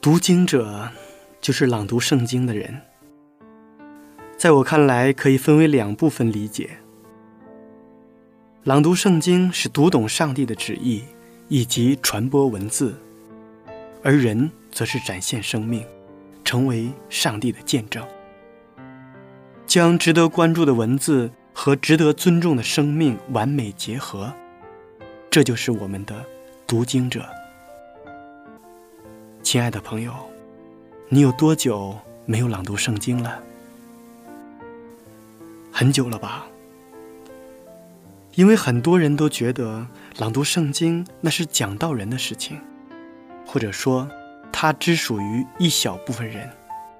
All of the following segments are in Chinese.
读经者就是朗读圣经的人。在我看来，可以分为两部分理解。朗读圣经是读懂上帝的旨意以及传播文字，而人则是展现生命，成为上帝的见证，将值得关注的文字和值得尊重的生命完美结合，这就是我们的读经者。亲爱的朋友，你有多久没有朗读圣经了？很久了吧？因为很多人都觉得朗读圣经那是讲道人的事情，或者说它只属于一小部分人。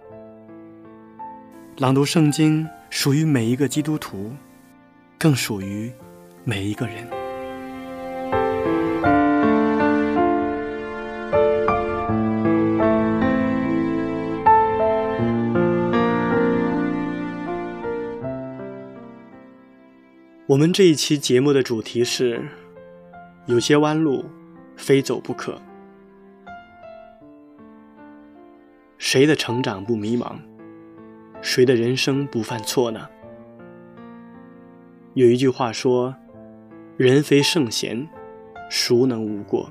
朗读圣经属于每一个基督徒，更属于每一个人。我们这一期节目的主题是有些弯路非走不可。谁的成长不迷茫？谁的人生不犯错呢？有一句话说，人非圣贤，孰能无过？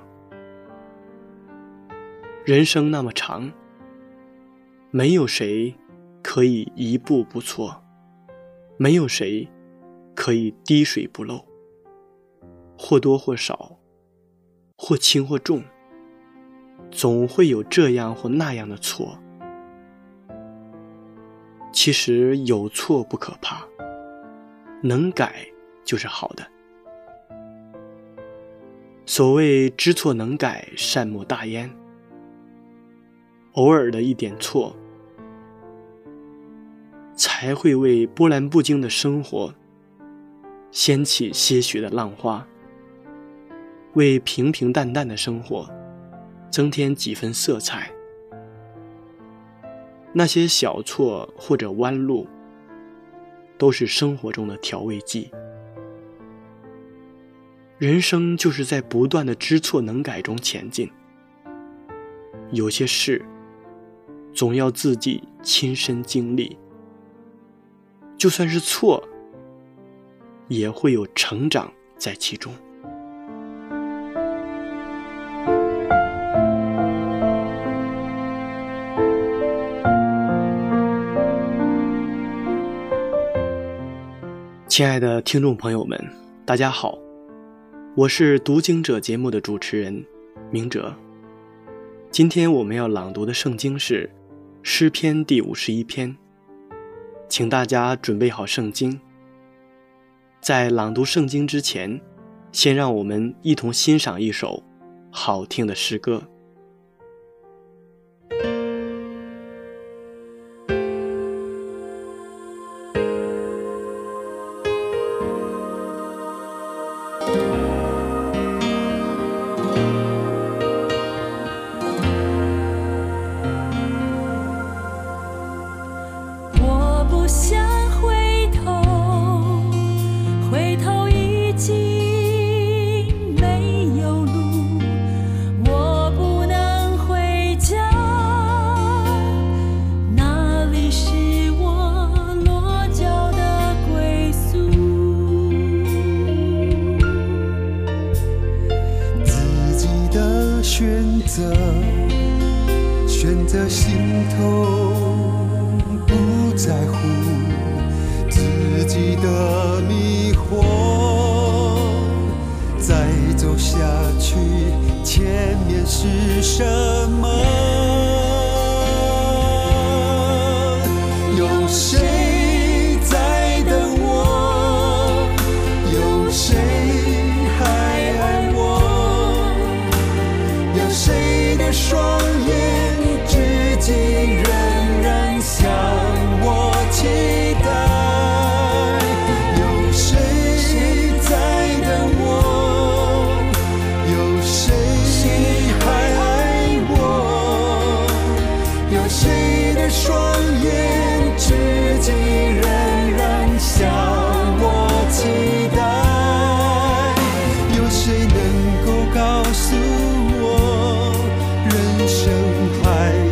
人生那么长，没有谁可以一步不错，没有谁可以滴水不漏，或多或少，或轻或重，总会有这样或那样的错。其实有错不可怕，能改就是好的。所谓知错能改，善莫大焉。偶尔的一点错，才会为波澜不惊的生活掀起些许的浪花，为平平淡淡的生活增添几分色彩。那些小错或者弯路，都是生活中的调味剂。人生就是在不断的知错能改中前进。有些事总要自己亲身经历，就算是错，也会有成长在其中。亲爱的听众朋友们，大家好，我是读经者节目的主持人明哲。今天我们要朗读的圣经是诗篇第51篇，请大家准备好圣经。在朗读圣经之前，先让我们一同欣赏一首好听的诗歌。 我不想回头，回头已经没有路，我不能回家，那里是我落脚的归宿。 自己的选择，选择心头不在乎，自己的迷惑，再走下去，前面是什么？有谁在等我？有谁还爱我？有谁的双眼至今仍然向我期待？有谁在等我？有谁还爱我？有谁的双眼至今仍然向我期待？有谁能够告诉我，人生还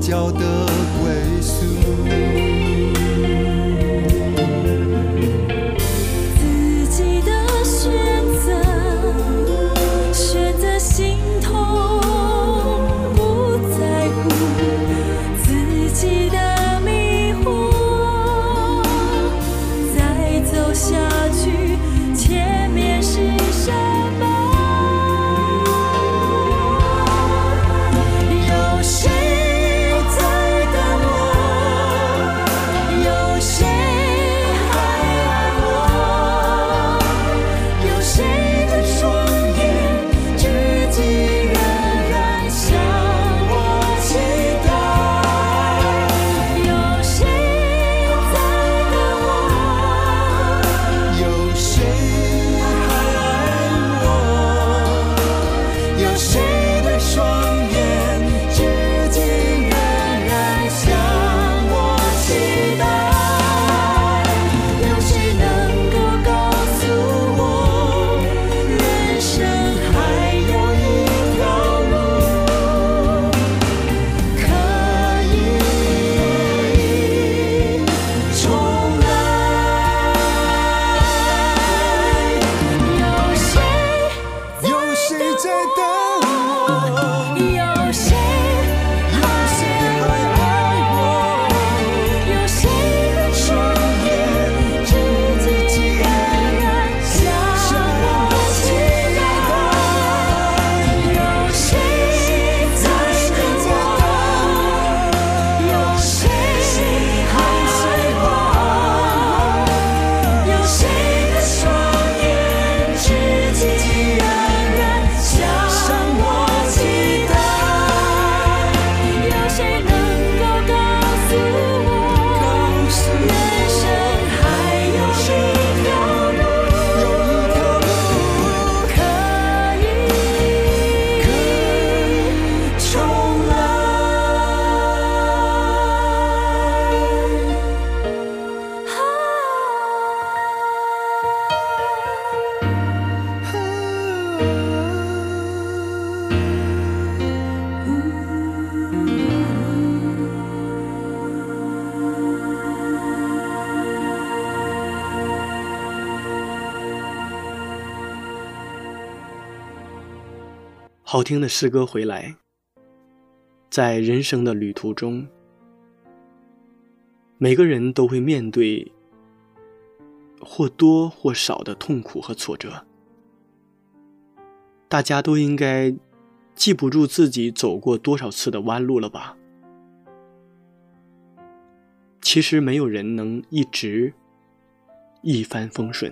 脚的归宿。 自己的选择，选择心痛，不在乎自己的迷惑，再走下去，前面是什么？有谁在等我？有谁还爱我？有谁的双眼至今仍然向我期待？有谁在等我？ 有谁还爱我？有谁的双眼至今仍然向我期待？ 有谁能够告诉我，人生还有一条路可以重来？有谁有谁在等我？ 有谁有谁还爱我？ 有谁的双眼至今仍然向我期待？有谁在等我？有谁还爱我？有谁的双眼至今仍然向我期待？有谁能够告诉我，人生还有一条路可以重来？ 好听的诗歌回来，在人生的旅途中，每个人都会面对或多或少的痛苦和挫折。大家都应该记不住自己走过多少次的弯路了吧？其实没有人能一直一帆风顺。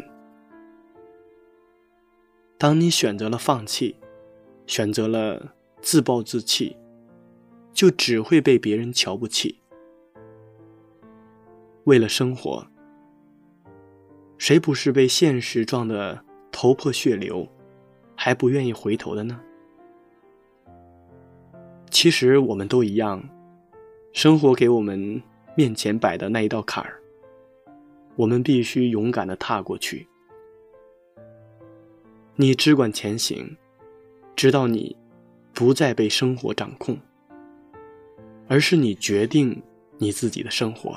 当你选择了放弃，选择了自暴自弃，就只会被别人瞧不起。为了生活，谁不是被现实撞得头破血流，还不愿意回头的呢？其实我们都一样，生活给我们面前摆的那一道坎儿，我们必须勇敢地踏过去。你只管前行，直到你不再被生活掌控，而是你决定你自己的生活。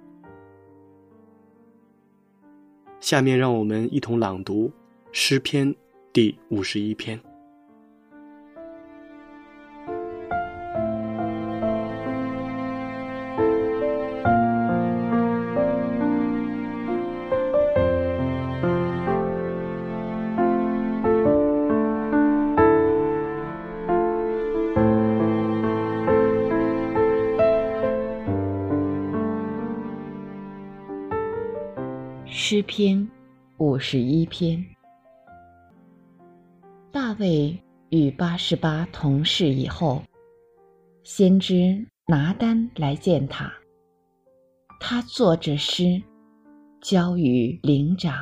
下面让我们一同朗读诗篇第51篇。 诗篇51篇。大卫与88同事以后，先知拿单来见他，他作着诗，交与灵长。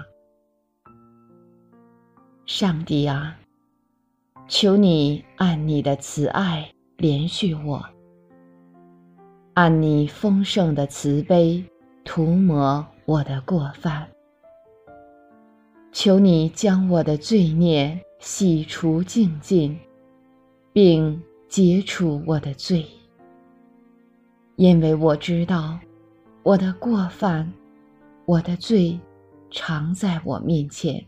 上帝啊，求你按你的慈爱怜恤我，按你丰盛的慈悲涂抹我的过犯。求你将我的罪孽洗除净尽，并解除我的罪。 因为我知道我的过犯，我的罪常在我面前。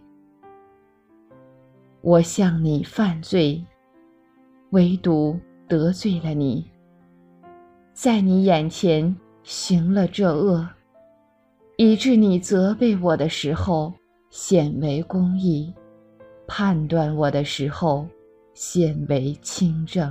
我向你犯罪，唯独得罪了你，在你眼前行了这恶，以致你责备我的时候显为公义，判断我的时候显为清正。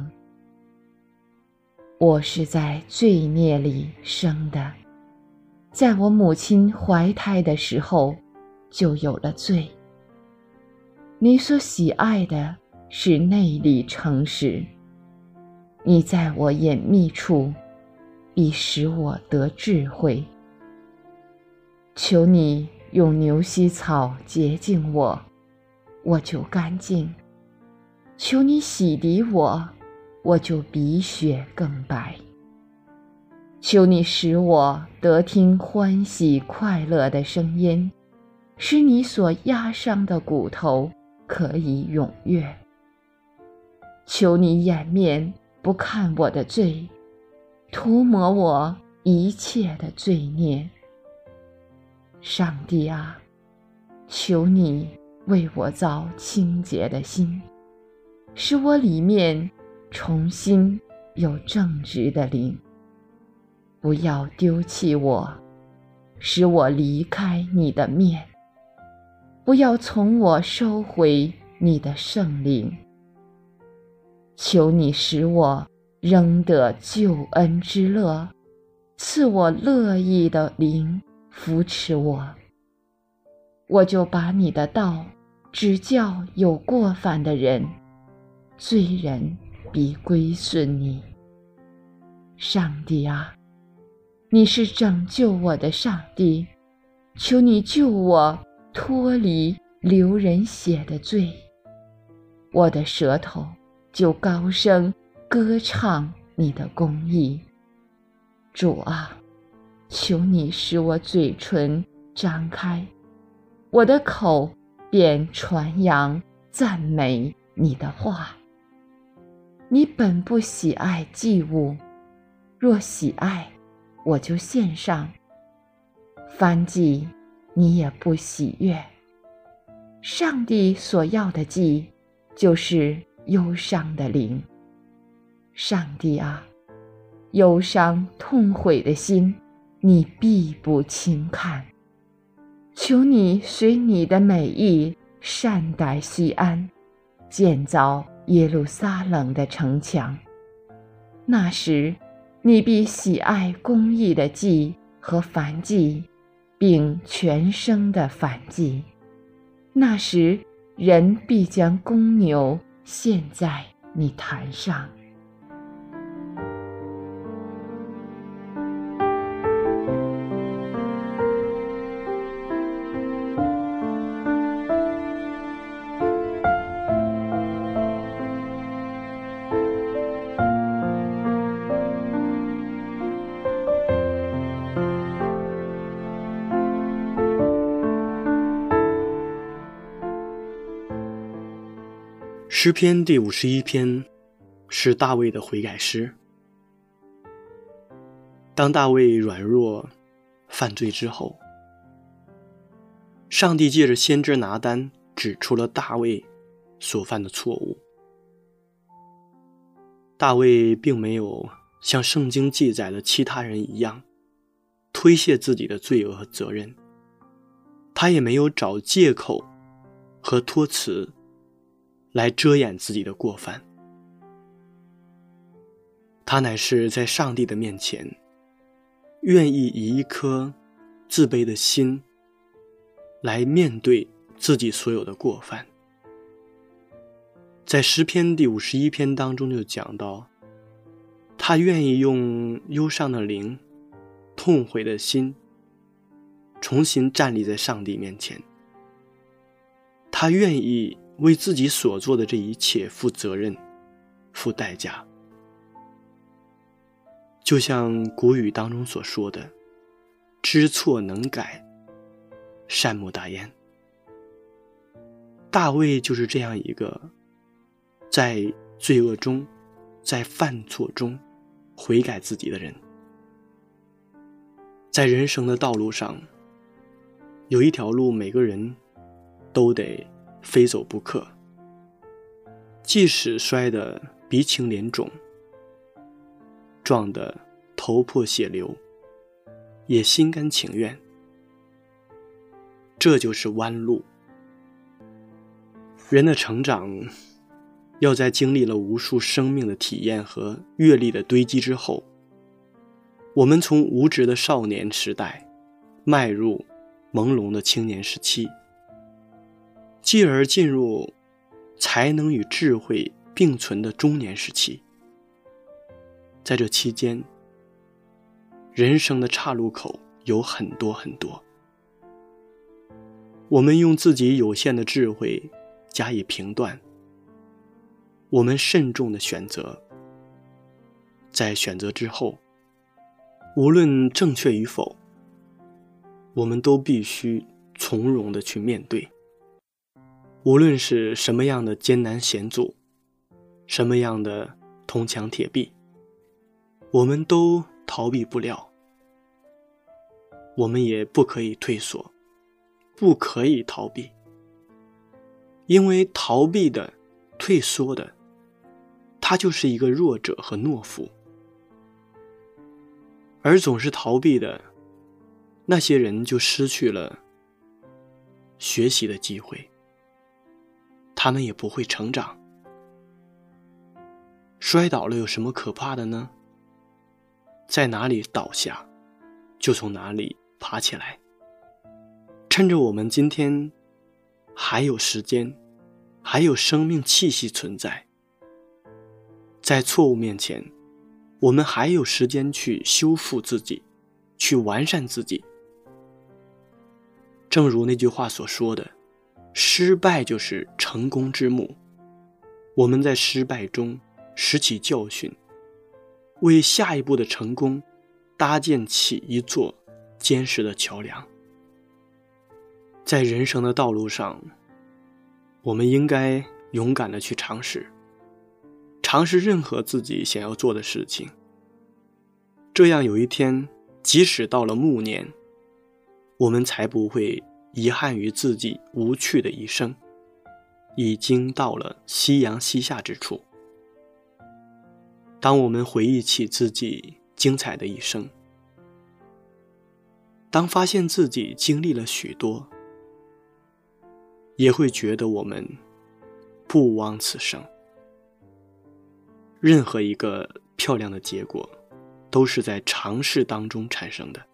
我是在罪孽里生的，在我母亲怀胎的时候就有了罪。你所喜爱的是内里诚实，你在我隐秘处必使我得智慧。求你用牛膝草洁净我，我就干净；求你洗涤我，我就比雪更白。求你使我得听欢喜快乐的声音，使你所压伤的骨头可以踊跃。求你掩面不看我的罪，涂抹我一切的罪孽。上帝啊，求你为我造清洁的心，使我里面重新有正直的灵。不要丢弃我，使我离开你的面，不要从我收回你的圣灵。求你使我仍得救恩之乐，赐我乐意的灵扶持我。我就把你的道指教有过犯的人，罪人必归顺你。上帝啊，你是拯救我的上帝，求你救我脱离流人血的罪。我的舌头就高声歌唱你的公义。主啊，求你使我嘴唇张开，我的口便传扬赞美你的话。你本不喜爱祭物，若喜爱，我就献上；燔祭你也不喜悦。上帝所要的祭，就是忧伤的灵。上帝啊，忧伤痛悔的心，你必不轻看。求你随你的美意善待西安，建造耶路撒冷的城墙。那时你必喜爱公义的祭和燔祭，并全牲的燔祭。那时人必将公牛献在你坛上。 诗篇第51篇是大卫的悔改诗。当大卫软弱犯罪之后，上帝借着先知拿单指出了大卫所犯的错误。大卫并没有像圣经记载的其他人一样推卸自己的罪恶和责任，他也没有找借口和托词来遮掩自己的过犯。他乃是在上帝的面前愿意以一颗自卑的心来面对自己所有的过犯。在诗篇第51篇当中就讲到，他愿意用忧伤的灵、痛悔的心重新站立在上帝面前。他愿意为自己所做的这一切负责任、付代价。就像古语当中所说的，知错能改，善莫大焉。大卫就是这样一个在罪恶中、在犯错中悔改自己的人。 在人生的道路上，有一条路每个人都得非走不可，即使摔得鼻青脸肿，撞得头破血流，也心甘情愿。这就是弯路。人的成长要在经历了无数生命的体验和阅历的堆积之后，我们从无知的少年时代迈入朦胧的青年时期，继而进入才能与智慧并存的中年时期。在这期间，人生的岔路口有很多很多，我们用自己有限的智慧加以评断，我们慎重的选择，在选择之后，无论正确与否，我们都必须从容的去面对。无论是什么样的艰难险阻，什么样的铜墙铁壁，我们都逃避不了，我们也不可以退缩，不可以逃避，因为逃避的、退缩的，他就是一个弱者和懦夫。而总是逃避的那些人就失去了学习的机会，他们也不会成长。摔倒了有什么可怕的呢？在哪里倒下，就从哪里爬起来。趁着我们今天还有时间，还有生命气息存在，在错误面前，我们还有时间去修复自己，去完善自己。正如那句话所说的，失败就是成功之母。我们在失败中拾起教训，为下一步的成功搭建起一座坚实的桥梁。在人生的道路上，我们应该勇敢地去尝试任何自己想要做的事情。这样有一天，即使到了暮年，我们才不会遗憾于自己无趣的一生，已经到了夕阳西下之处。当我们回忆起自己精彩的一生，当发现自己经历了许多，也会觉得我们不枉此生。任何一个漂亮的结果都是在尝试当中产生的。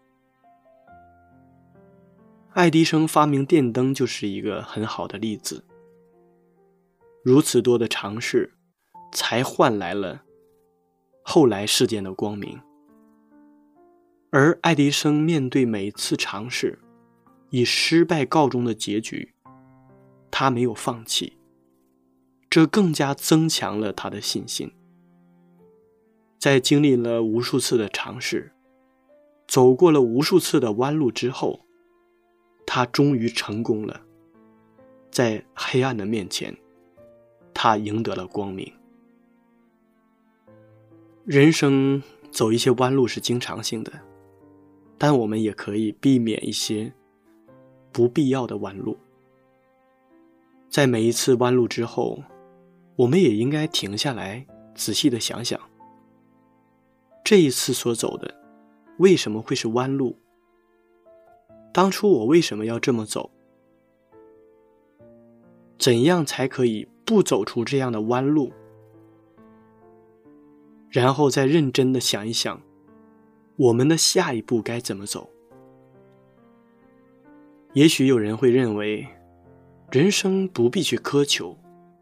爱迪生发明电灯就是一个很好的例子。如此多的尝试才换来了后来事件的光明。而爱迪生面对每一次尝试以失败告终的结局，他没有放弃，这更加增强了他的信心。在经历了无数次的尝试，走过了无数次的弯路之后，他终于成功了。在黑暗的面前，他赢得了光明。人生走一些弯路是经常性的，但我们也可以避免一些不必要的弯路。在每一次弯路之后，我们也应该停下来仔细地想想，这一次所走的为什么会是弯路？当初我为什么要这么走？怎样才可以不走出这样的弯路？然后再认真地想一想，我们的下一步该怎么走？也许有人会认为，人生不必去苛求，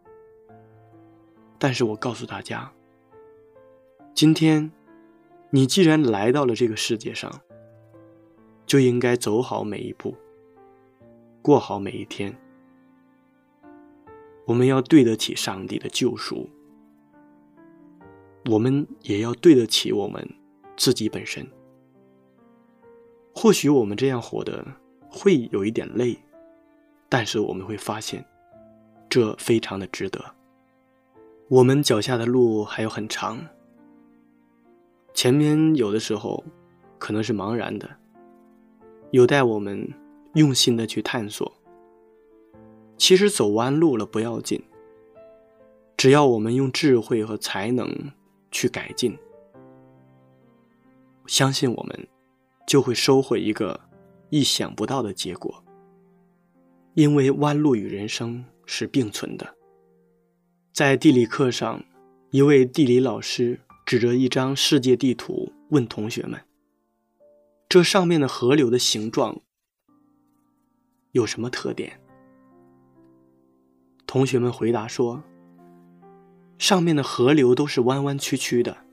但是我告诉大家，今天你既然来到了这个世界上，就应该走好每一步，过好每一天。我们要对得起上帝的救赎，我们也要对得起我们自己本身。或许我们这样活得会有一点累，但是我们会发现，这非常的值得。我们脚下的路还有很长，前面有的时候可能是茫然的， 有待我们用心的去探索。其实走弯路了不要紧，只要我们用智慧和才能去改进，相信我们就会收获一个意想不到的结果。因为弯路与人生是并存的。在地理课上，一位地理老师指着一张世界地图问同学们，这上面的河流的形状有什么特点？同学们回答说，上面的河流都是弯弯曲曲的。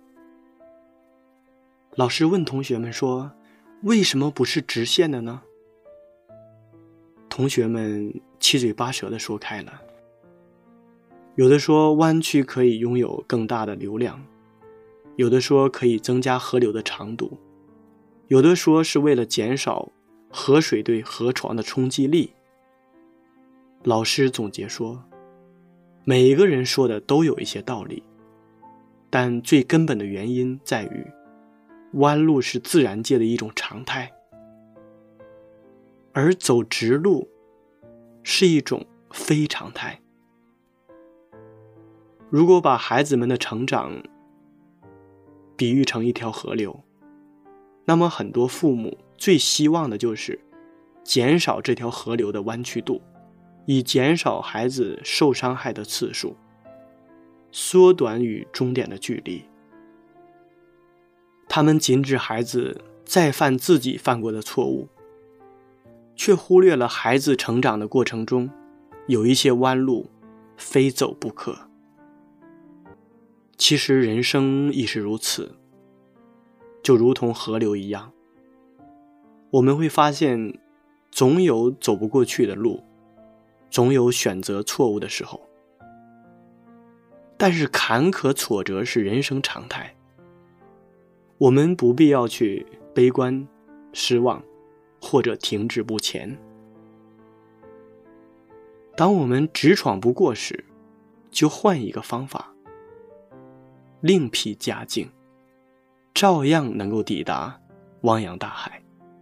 老师问同学们说，为什么不是直线的呢？同学们七嘴八舌地说开了，有的说弯曲可以拥有更大的流量，有的说可以增加河流的长度，有的说是为了减少河水对河床的冲击力。老师总结说，每一个人说的都有一些道理，但最根本的原因在于，弯路是自然界的一种常态，而走直路是一种非常态。如果把孩子们的成长比喻成一条河流，那么很多父母最希望的就是减少这条河流的弯曲度，以减少孩子受伤害的次数，缩短与终点的距离。他们禁止孩子再犯自己犯过的错误，却忽略了孩子成长的过程中有一些弯路非走不可。其实人生亦是如此，就如同河流一样，我们会发现总有走不过去的路，总有选择错误的时候。但是坎坷挫折是人生常态，我们不必要去悲观、失望或者停滞不前。当我们直闯不过时，就换一个方法，另辟蹊径，照样能够抵达汪洋大海。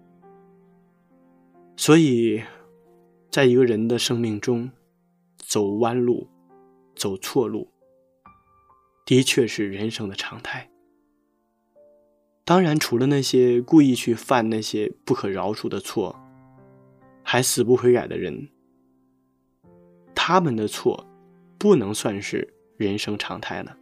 所以在一个人的生命中，走弯路、走错路，的确是人生的常态。当然，除了那些故意去犯那些不可饶恕的错，还死不悔改的人，他们的错不能算是人生常态了。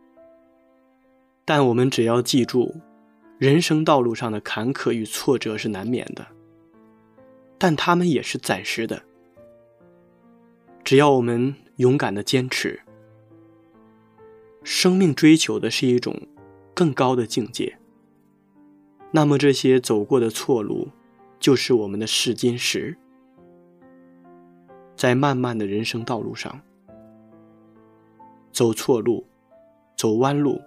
但我们只要记住，人生道路上的坎坷与挫折是难免的，但他们也是暂时的。只要我们勇敢地坚持，生命追求的是一种更高的境界，那么这些走过的错路就是我们的试金石。在漫漫的人生道路上，走错路、走弯路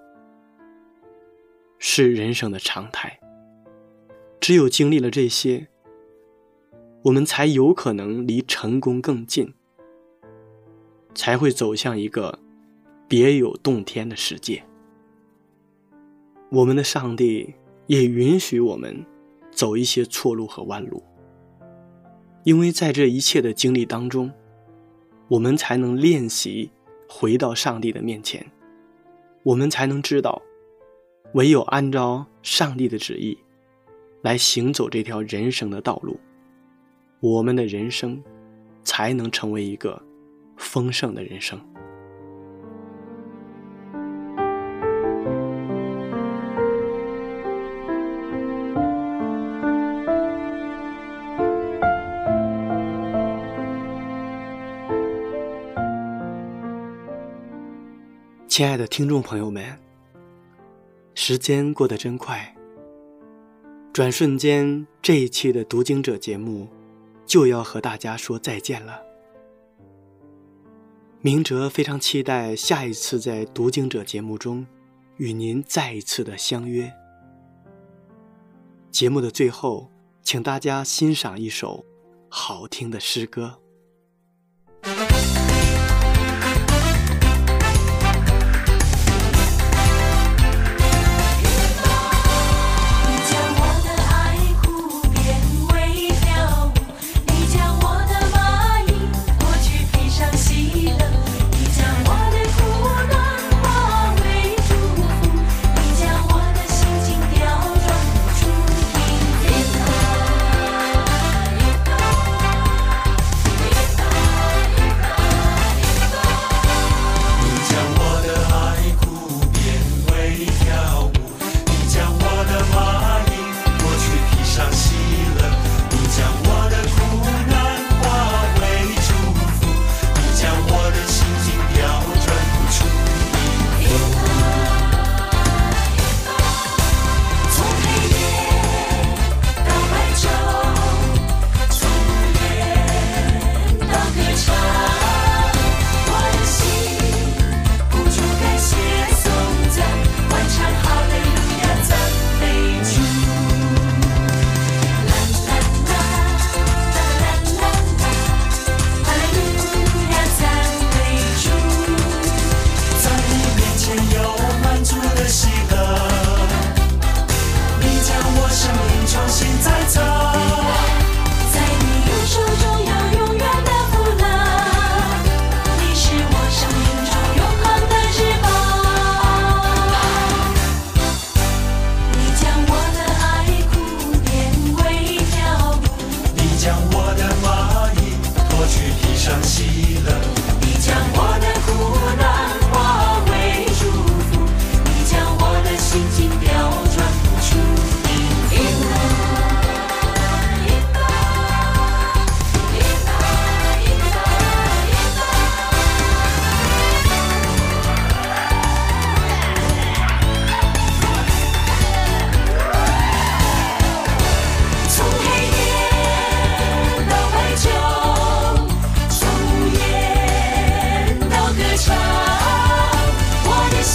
是人生的常态。只有经历了这些，我们才有可能离成功更近，才会走向一个别有洞天的世界。我们的上帝也允许我们走一些错路和弯路，因为在这一切的经历当中，我们才能练习回到上帝的面前，我们才能知道，唯有按照上帝的旨意来行走这条人生的道路，我们的人生才能成为一个丰盛的人生。亲爱的听众朋友们，时间过得真快，转瞬间这一期的读经者节目就要和大家说再见了。明哲非常期待下一次在读经者节目中与您再一次的相约。节目的最后，请大家欣赏一首好听的诗歌。 将我的爱哭变为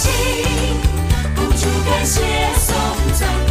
心，不住感谢颂赞。